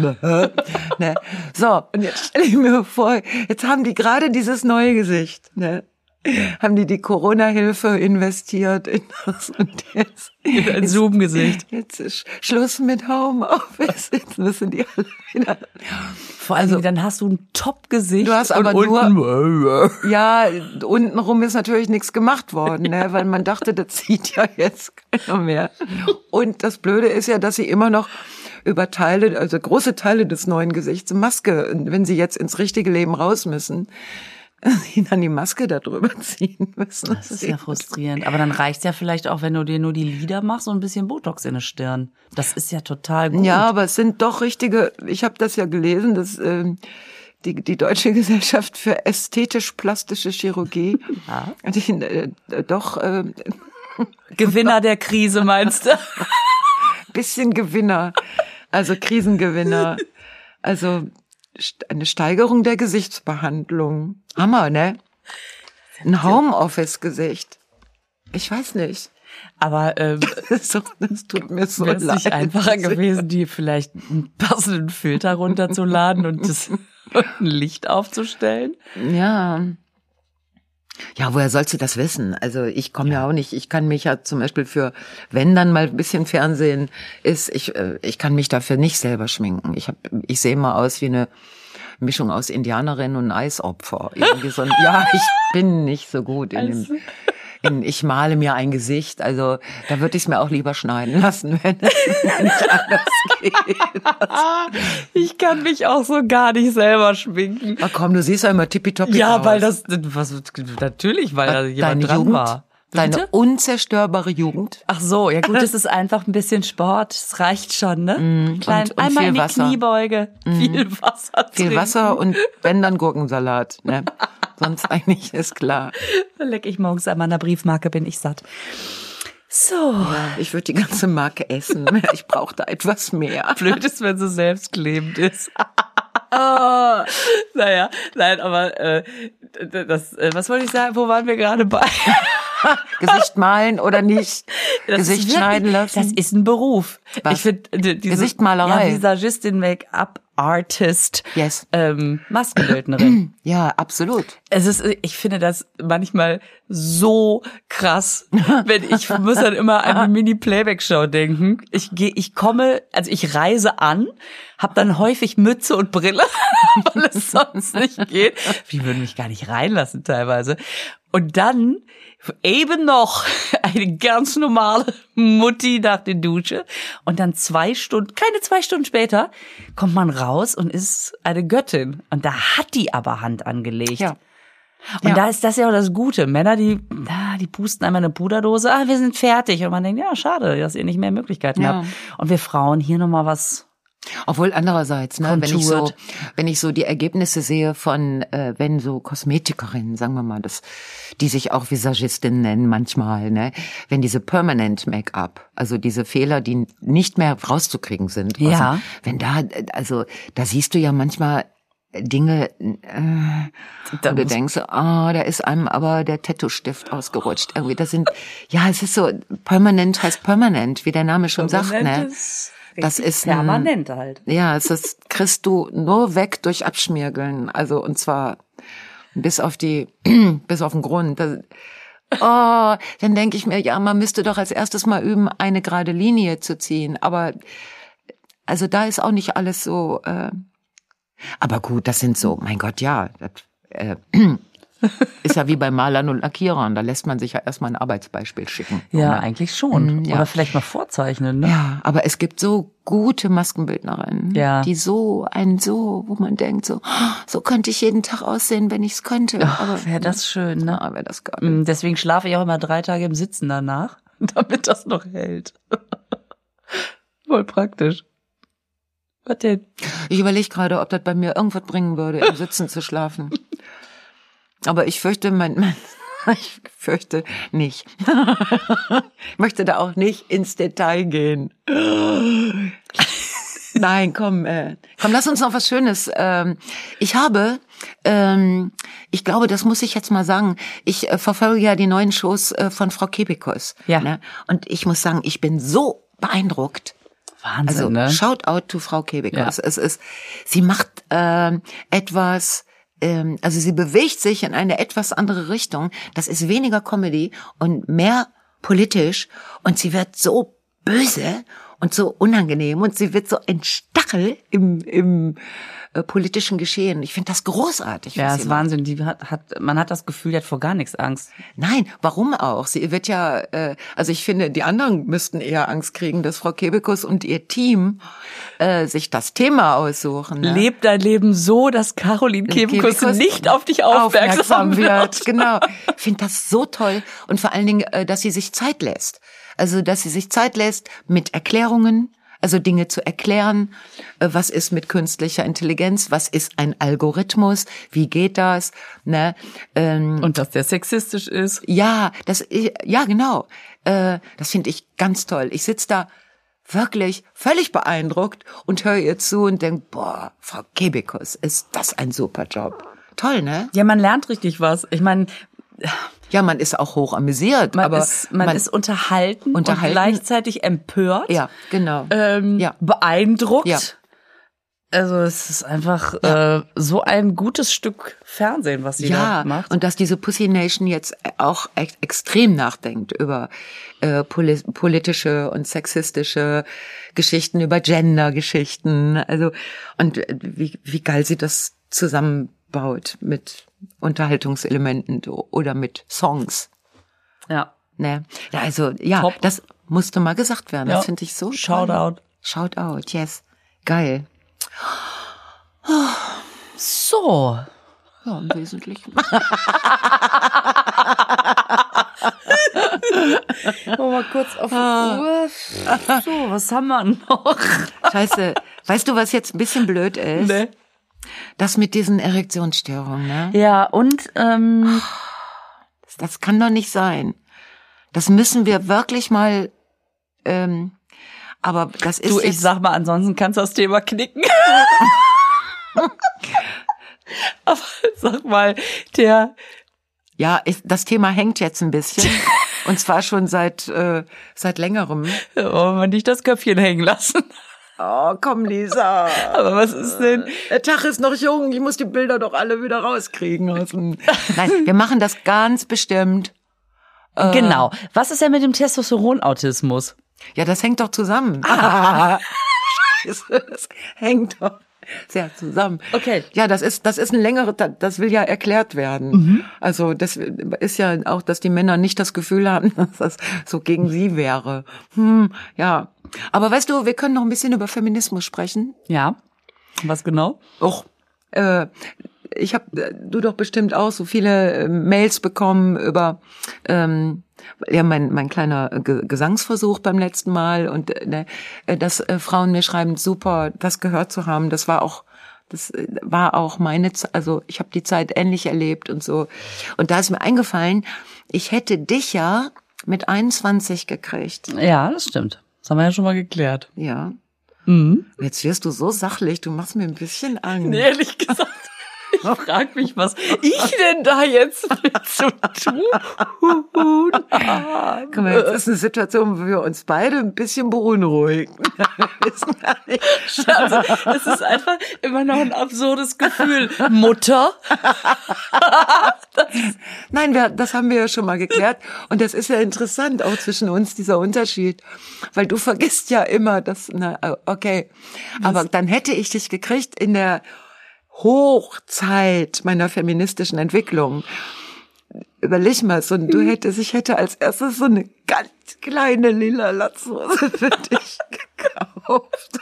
Ne? So, und jetzt stelle ich mir vor, jetzt haben die gerade dieses neue Gesicht, ne? Haben die die Corona-Hilfe investiert in das und jetzt in ein Zoom-Gesicht. Jetzt ist Schluss mit Homeoffice. Jetzt müssen die alle wieder. Vor allem, also, dann hast du ein Top-Gesicht. Du hast aber und nur, ja, untenrum ist natürlich nichts gemacht worden, ne, weil man dachte, das sieht ja jetzt keiner mehr. Und das Blöde ist ja, dass sie immer noch über Teile, also große Teile des neuen Gesichts Maske, wenn sie jetzt ins richtige Leben raus müssen, die dann die Maske da drüber ziehen müssen. Das ist ja frustrierend. Aber dann reicht's ja vielleicht auch, wenn du dir nur die Lider machst und ein bisschen Botox in der Stirn. Das ist ja total gut. Ja, aber es sind doch richtige, ich habe das ja gelesen, dass äh, die, die Deutsche Gesellschaft für ästhetisch-plastische Chirurgie ja. die, äh, doch äh, Gewinner der Krise, meinst du? Bisschen Gewinner, also Krisengewinner. Also eine Steigerung der Gesichtsbehandlung. Hammer, ne? Ein Homeoffice-Gesicht. Ich weiß nicht. Aber ähm, das, das tut mir so leid. Wäre es nicht einfacher also, gewesen, die vielleicht einen passenden Filter runterzuladen und das und ein Licht aufzustellen? Ja. Ja, woher sollst du das wissen? Also ich komme ja. ja auch nicht, ich kann mich ja zum Beispiel für, wenn dann mal ein bisschen Fernsehen ist, ich ich kann mich dafür nicht selber schminken. Ich hab, ich sehe mal aus wie eine Mischung aus Indianerin und Eisopfer. Irgendwie so ein, ja, ich bin nicht so gut in dem, in, ich male mir ein Gesicht, also da würde ich es mir auch lieber schneiden lassen, wenn es nicht anders geht. Ich kann mich auch so gar nicht selber schminken. Ach komm, du siehst ja immer tippitoppi Ja, aus. weil das, was, natürlich, weil da jemand Deine dran Jugend? war. Deine Bitte? unzerstörbare Jugend. Ach so, ja gut, das ist einfach ein bisschen Sport, das reicht schon, ne? Mm, Klein, und, und einmal viel in die Wasser. Kniebeuge, mm. viel Wasser Viel trinken. Wasser und wenn dann Gurkensalat, ne? Sonst eigentlich ist klar. Da leck ich morgens an meiner Briefmarke, bin ich satt. So. Ja, ich würde die ganze Marke essen. Ich brauche da etwas mehr. Blöd ist, wenn sie selbst klebend ist. Oh. Naja, nein, aber äh, das, äh, was wollte ich sagen? Wo waren wir gerade bei? Gesicht malen oder nicht? Das Gesicht wirklich, schneiden lassen? Das ist ein Beruf. Was? Ich finde diese Gesichtmalerei. Ja, Visagistin, Make-up Artist, Yes. ähm, Maskenbildnerin. Ja, absolut. Es ist, ich finde das manchmal so krass, wenn ich muss dann immer an die Mini-Playback-Show denken. Ich gehe, ich komme, also ich reise an, habe dann häufig Mütze und Brille, weil es sonst nicht geht. Die würden mich gar nicht reinlassen teilweise. Und dann eben noch eine ganz normale Mutti nach der Dusche und dann zwei Stunden, keine zwei Stunden später, kommt man raus und ist eine Göttin. Und da hat die aber Hand angelegt. Ja. Und Ja. da ist das ja auch das Gute. Männer, die, ah, die pusten einmal eine Puderdose, ah, wir sind fertig. Und man denkt, ja, schade, dass ihr nicht mehr Möglichkeiten Ja. habt. Und wir Frauen hier nochmal was. Obwohl andererseits, ne, wenn ich so, Contoured. wenn ich so die Ergebnisse sehe von, äh, wenn so Kosmetikerinnen, sagen wir mal, das, die sich auch Visagistinnen nennen manchmal, ne, wenn diese Permanent Make-up, also diese Fehler, die nicht mehr rauszukriegen sind, Ja. also, wenn da, also da siehst du ja manchmal Dinge, äh, Da und du muss- denkst, ah, da ist einem aber der Tattoo-Stift ausgerutscht. Irgendwie, das sind, ja, es ist so, permanent heißt permanent, wie der Name schon sagt, ne? Das ist ein- permanent halt. Ja, es ist, kriegst du nur weg durch Abschmiergeln. Also, und zwar bis auf die, bis auf den Grund. Das, oh, dann denke ich mir, ja, man müsste doch als erstes mal üben, eine gerade Linie zu ziehen. Aber, also da ist auch nicht alles so, äh, aber gut, das sind so, mein Gott, ja, das, äh, ist ja wie bei Malern und Lackierern. Da lässt man sich ja erstmal ein Arbeitsbeispiel schicken. Ja, Oder? eigentlich schon. Mhm, ja. Oder vielleicht mal vorzeichnen, ne? Ja, aber es gibt so gute Maskenbildnerinnen, Ja. die so, einen so, wo man denkt so, so könnte ich jeden Tag aussehen, wenn ich es könnte. Ach, wäre das schön, ne? Ja, wäre das geil. Mm, Deswegen schlafe ich auch immer drei Tage im Sitzen danach, damit das noch hält. Voll praktisch. Was denn? Ich überlege gerade, ob das bei mir irgendwas bringen würde, im Sitzen zu schlafen. Aber ich fürchte, mein, mein ich fürchte nicht. Ich möchte da auch nicht ins Detail gehen. Nein, komm, äh, komm, lass uns noch was Schönes. Ähm, ich habe, ähm, ich glaube, das muss ich jetzt mal sagen. Ich äh, verfolge ja die neuen Shows äh, von Frau Kebekus. Ja. Ne? Und ich muss sagen, ich bin so beeindruckt. Wahnsinn, Also ne? shout out to Frau Kebekus. Ja. Es ist, sie macht ähm, etwas, ähm, also sie bewegt sich in eine etwas andere Richtung. Das ist weniger Comedy und mehr politisch. Und sie wird so böse und so unangenehm und sie wird so ein Stachel im im äh, politischen Geschehen. Ich finde das großartig. Ja, was ist sie macht. Wahnsinn. Die hat, hat, man hat das Gefühl, die hat vor gar nichts Angst. Nein, warum auch? Sie wird ja, äh, also ich finde, die anderen müssten eher Angst kriegen, dass Frau Kebekus und ihr Team äh, sich das Thema aussuchen. Ne? Leb dein Leben so, dass Caroline Kebekus Kebekus nicht auf dich aufmerksam, wird. Genau. Ich finde das so toll. Und vor allen Dingen, äh, dass sie sich Zeit lässt. Also, dass sie sich Zeit lässt mit Erklärungen, also Dinge zu erklären. Äh, was ist mit künstlicher Intelligenz? Was ist ein Algorithmus? Wie geht das? Ne? Ähm, Und dass der sexistisch ist. Ja, das, ja, genau. Äh, das finde ich ganz toll. Ich sitz da wirklich völlig beeindruckt und höre ihr zu und denk, boah, Frau Kebekus, ist das ein super Job. Toll, ne? Ja, man lernt richtig was. Ich meine, Ja, man ist auch hoch amüsiert, man, aber ist, man, ist unterhalten, unterhalten. und gleichzeitig empört. ja, genau. ähm, Ja. beeindruckt. Ja. Also es ist einfach äh, so ein gutes Stück Fernsehen, was sie Ja, da macht. und dass diese Pussy Nation jetzt auch echt extrem nachdenkt über äh, poli politische und sexistische Geschichten, über Gender-Geschichten. Also und äh, wie, wie geil sie das zusammenbaut mit Unterhaltungselementen oder mit Songs. Ja. Ne? Ja, also ja, Top. das musste mal gesagt werden. Ja. Das finde ich so toll. Shoutout. Shoutout, yes. Geil. So. Ja, im Wesentlichen. Oh, mal kurz auf die Uhr. So, was haben wir noch? Scheiße. Weißt du, was jetzt ein bisschen blöd ist? Ne? Das mit diesen Erektionsstörungen, ne? Ja, und ähm, Das, das kann doch nicht sein. Das müssen wir wirklich mal, ähm, aber das ist du, ich jetzt, sag mal, ansonsten kannst du das Thema knicken. Aber sag mal, der ja, ich, das Thema hängt jetzt ein bisschen. Und zwar schon seit, äh, seit längerem. wollen wir nicht das Köpfchen hängen lassen. Oh, komm, Lisa. Aber was ist denn? Der Tag ist noch jung, ich muss die Bilder doch alle wieder rauskriegen. Nein, wir machen das ganz bestimmt. Genau. Was ist denn mit dem Testosteronautismus? Ja, das hängt doch zusammen. Ah. Scheiße, das hängt doch sehr zusammen. Okay. Ja, das ist, das ist ein längere, das will ja erklärt werden. Mhm. Also, das ist ja auch, dass die Männer nicht das Gefühl haben, dass das so gegen sie wäre. Hm, ja. Aber weißt du, wir können noch ein bisschen über Feminismus sprechen. Ja. Was genau? Och, äh, ich habe, du doch bestimmt auch so viele äh, Mails bekommen über, ähm, ja, mein mein kleiner Ge- Gesangsversuch beim letzten Mal und äh, dass äh, Frauen mir schreiben, super, das gehört zu haben. Das war auch, das äh, war auch meine, Z- also ich habe die Zeit ähnlich erlebt und so. Und da ist mir eingefallen, ich hätte dich ja mit einundzwanzig gekriegt. Ja, das stimmt. Das haben wir ja schon mal geklärt. Ja. Mhm. Jetzt wirst du so sachlich, du machst mir ein bisschen Angst. Nee, ehrlich gesagt. Ich frag mich, was ich denn da jetzt mit zu tun. Guck mal, jetzt ist eine Situation, wo wir uns beide ein bisschen beunruhigen. Wir wissen gar nicht. Also, es ist einfach immer noch ein absurdes Gefühl. Mutter? Nein, wir, das haben wir ja schon mal geklärt. Und das ist ja interessant, auch zwischen uns, dieser Unterschied. Weil du vergisst ja immer, dass, na, okay. Aber dann hätte ich dich gekriegt in der Hochzeit meiner feministischen Entwicklung. Überleg mal, so, du hättest, ich hätte als erstes so eine ganz kleine lila Latzhose für dich gekauft.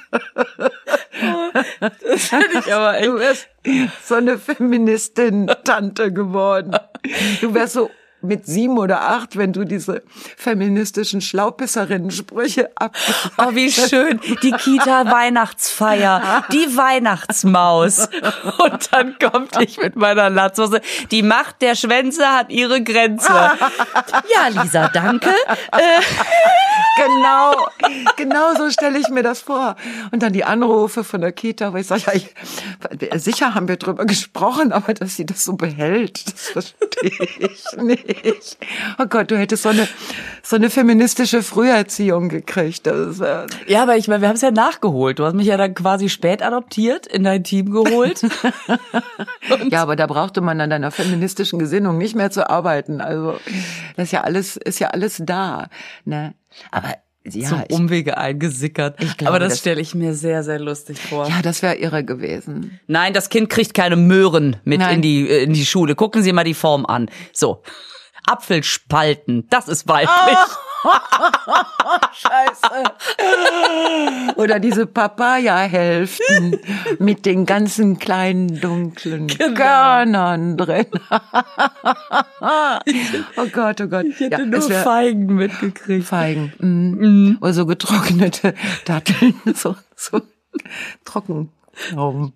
Das hätte ich aber echt. Du wärst so eine Feministin-Tante geworden. Du wärst so mit sieben oder acht, wenn du diese feministischen Schlaupisserinnen-Sprüche abgefragt hast. Oh, wie schön. Die Kita-Weihnachtsfeier. Die Weihnachtsmaus. Und dann kommt ich mit meiner Latzhose. Die Macht der Schwänze hat ihre Grenze. Ja, Lisa, danke. Äh. Genau, genau so stelle ich mir das vor. Und dann die Anrufe von der Kita, wo ich sage, ja, ich, sicher haben wir drüber gesprochen, aber dass sie das so behält, das verstehe ich nicht. Oh Gott, du hättest so eine, so eine feministische Früherziehung gekriegt. Das ist, äh Ja, aber ich meine, wir haben es ja nachgeholt. Du hast mich ja dann quasi spät adoptiert, in dein Team geholt. Ja, aber da brauchte man an deiner feministischen Gesinnung nicht mehr zu arbeiten. Also, das ist ja alles, ist ja alles da, ne? Aber ja, zum ich, Umwege eingesickert. Ich glaube, aber das, das stelle ich mir sehr, sehr lustig vor. Ja, das wäre irre gewesen. Nein, das Kind kriegt keine Möhren mit Nein. in die in die Schule. Gucken Sie mal die Form an. So, Apfelspalten, das ist weiblich. Oh. Scheiße. Oder diese Papaya-Hälften mit den ganzen kleinen dunklen Genau. Körnern drin. Oh Gott, oh Gott. Ich hätte Ja, nur es wär Feigen mitgekriegt. Feigen. Mm. Mm. Oder so getrocknete Datteln. So, so trocken. Oh.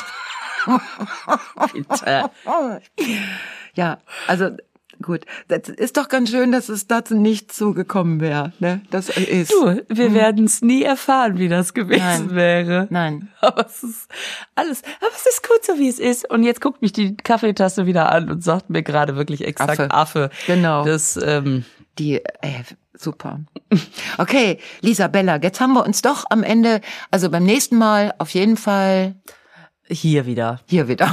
Bitte. Ja, also gut. Das ist doch ganz schön, dass es dazu nicht so gekommen wäre. Ne? Das ist. Du, wir werden es nie erfahren, wie das gewesen Nein. wäre. Nein. Aber es ist alles, aber es ist gut so, wie es ist. Und jetzt guckt mich die Kaffeetasse wieder an und sagt mir gerade wirklich exakt Affe. Affe. Genau. Das, ähm, Die, äh, super. Okay, Lisa, Bella, jetzt haben wir uns doch am Ende, also beim nächsten Mal auf jeden Fall hier wieder. hier wieder.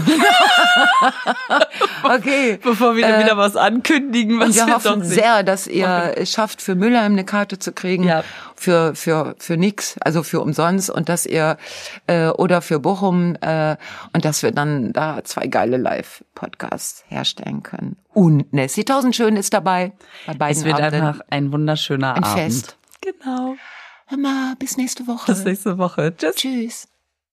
Okay. Bevor wir Äh, wieder was ankündigen, was Und wir wir hoffen doch nicht. sehr, dass ihr es schafft, für Mülheim eine Karte zu kriegen. Ja. Für, für, für nix, also für umsonst. Und dass ihr, äh, oder für Bochum, äh, und dass wir dann da zwei geile Live-Podcasts herstellen können. Und Nessie Tausendschön ist dabei. Bei beiden Es wird Abenden. einfach ein wunderschöner Ein Abend. Fest. Genau. Hör mal, bis nächste Woche. Bis nächste Woche. Tschüss. Tschüss.